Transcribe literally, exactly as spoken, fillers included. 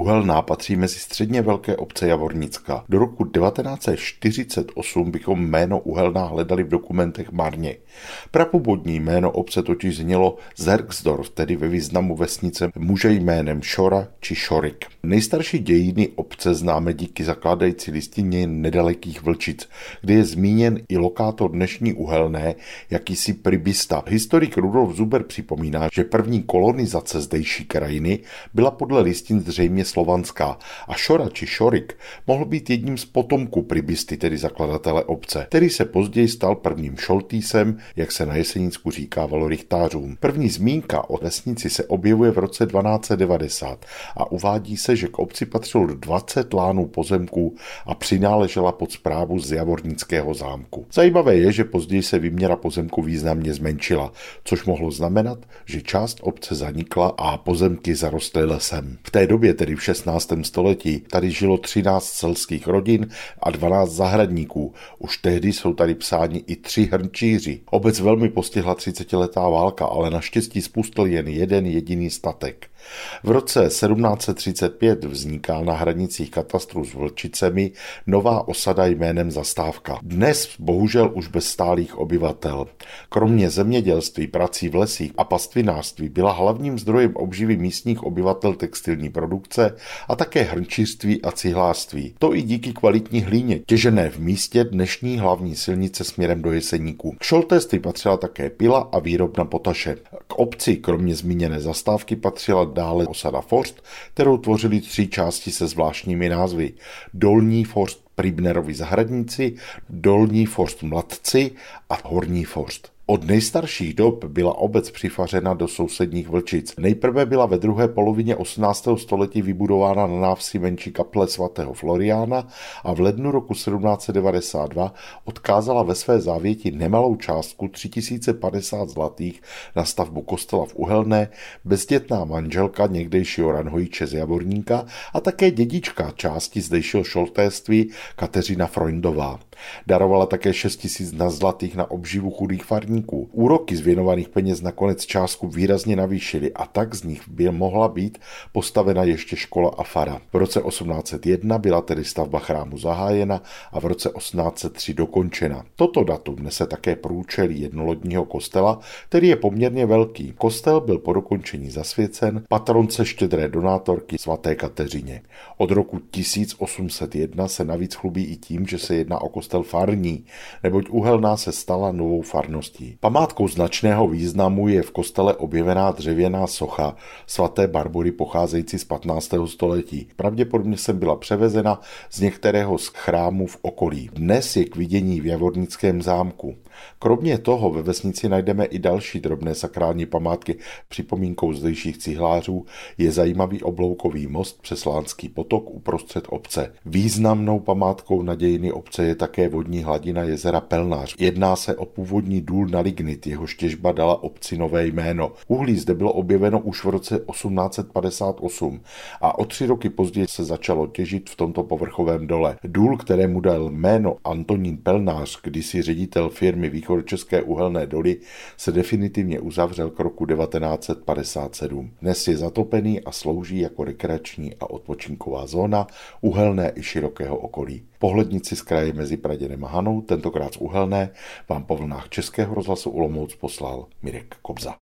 Uhelná patří mezi středně velké obce Javornicka. Do roku devatenáct set čtyřicet osm bychom jméno Uhelná hledali v dokumentech marně. Prapůvodní jméno obce totiž znělo Zerksdorf, tedy ve významu vesnice muže jménem Šora či Šorik. Nejstarší dějiny obce známe díky zakládající listině nedalekých Vlčic, kde je zmíněn i lokátor dnešní Uhelné, jakýsi pribista. Historik Rudolf Zuber připomíná, že první kolonizace zdejší krajiny byla podle listin zřejmě slovanská a Šora či Šorik mohl být jedním z potomků pribisty, tedy zakladatele obce, který se později stal prvním šoltýsem, jak se na Jesenicku říkávalo rychtářům. První zmínka o vesnici se objevuje v roce dvanáct set devadesát a uvádí se, že k obci patřilo dvacet lánů pozemků a přináležela pod správu z Javornického zámku. Zajímavé je, že později se výměra pozemku významně zmenšila, což mohlo znamenat, že část obce zanikla a pozemky zarostly lesem. V té době, tedy v šestnáctém století, tady žilo třináct selských rodin a dvanáct zahradníků. Už tehdy jsou tady psáni i tři hrnčíři. Obec velmi postihla třicetiletá válka, ale naštěstí spustil jen jeden jediný statek. V roce sedmnáct set třicet pět vzniká na hranicích katastru s Vlčicemi nová osada jménem Zastávka. Dnes bohužel už bez stálých obyvatel. Kromě zemědělství, prací v lesích a pastvinářství byla hlavním zdrojem obživy místních obyvatel textilní produkce a také hrnčířství a cihlářství. To i díky kvalitní hlíně, těžené v místě dnešní hlavní silnice směrem do Jeseníku. K šoltéství patřila také pila a výrobna potaše. K obci kromě zmíněné Zastávky patřila dále osada Forst, kterou tvořily tři části se zvláštními názvy. Dolní Forst Pribnerovi zahradníci, Dolní Forst Mladci a Horní Forst. Od nejstarších dob byla obec přifařena do sousedních Vlčic. Nejprve byla ve druhé polovině osmnáctého století vybudována na návsi menší kaple svatého Floriána a v lednu roku sedmnáct set devadesát dva odkázala ve své závěti nemalou částku tři tisíce padesát zlatých na stavbu kostela v Uhelné, bezdětná manželka někdejšího ranhojíče z Javorníka a také dědička části zdejšího šoltéství Kateřina Freundová. Darovala také šest tisíc na zlatých na obživu chudých farníků. Úroky z věnovaných peněz nakonec částku výrazně navýšily a tak z nich by mohla být postavena ještě škola a fara. V roce osmnáct set jedna byla tedy stavba chrámu zahájena a v roce osmnáct set tři dokončena. Toto datum nese také průčelí jednolodního kostela, který je poměrně velký. Kostel byl po dokončení zasvěcen patronce štědré donátorky svaté Kateřině. Od roku tisíc osm set jedna se navíc chlubí i tím, že se jedná o kostel farní, neboť Uhelná se stala novou farností. Památkou značného významu je v kostele objevená dřevěná socha svaté Barbory pocházející z patnáctého století. Pravděpodobně sem byla převezena z některého z chrámů v okolí. Dnes je k vidění v Javornickém zámku. Kromě toho ve vesnici najdeme i další drobné sakrální památky. Připomínkou zdejších cihlářů je zajímavý obloukový most přes Lánský potok uprostřed obce. Významnou památkou na dějiny obce je také vodní hladina jezera Pelnář. Jedná se o původní důl na lignit, jehož těžba dala obci nové jméno. Uhlí zde bylo objeveno už v roce osmnáct set padesát osm a o tři roky později se začalo těžit v tomto povrchovém dole. Důl, kterému dal jméno Antonín Pelnář, kdysi ředitel firmy Východočeské uhelné doly, se definitivně uzavřel k roku devatenáct set padesát sedm. Dnes je zatopený a slouží jako rekreační a odpočinková zóna Uhelné i širokého okolí. Pohlednici z kraje mezi Praděnem a Hanou, tentokrát z Uhelné, vám po vlnách Českého rozhlasu Olomouc poslal Mirek Kobza.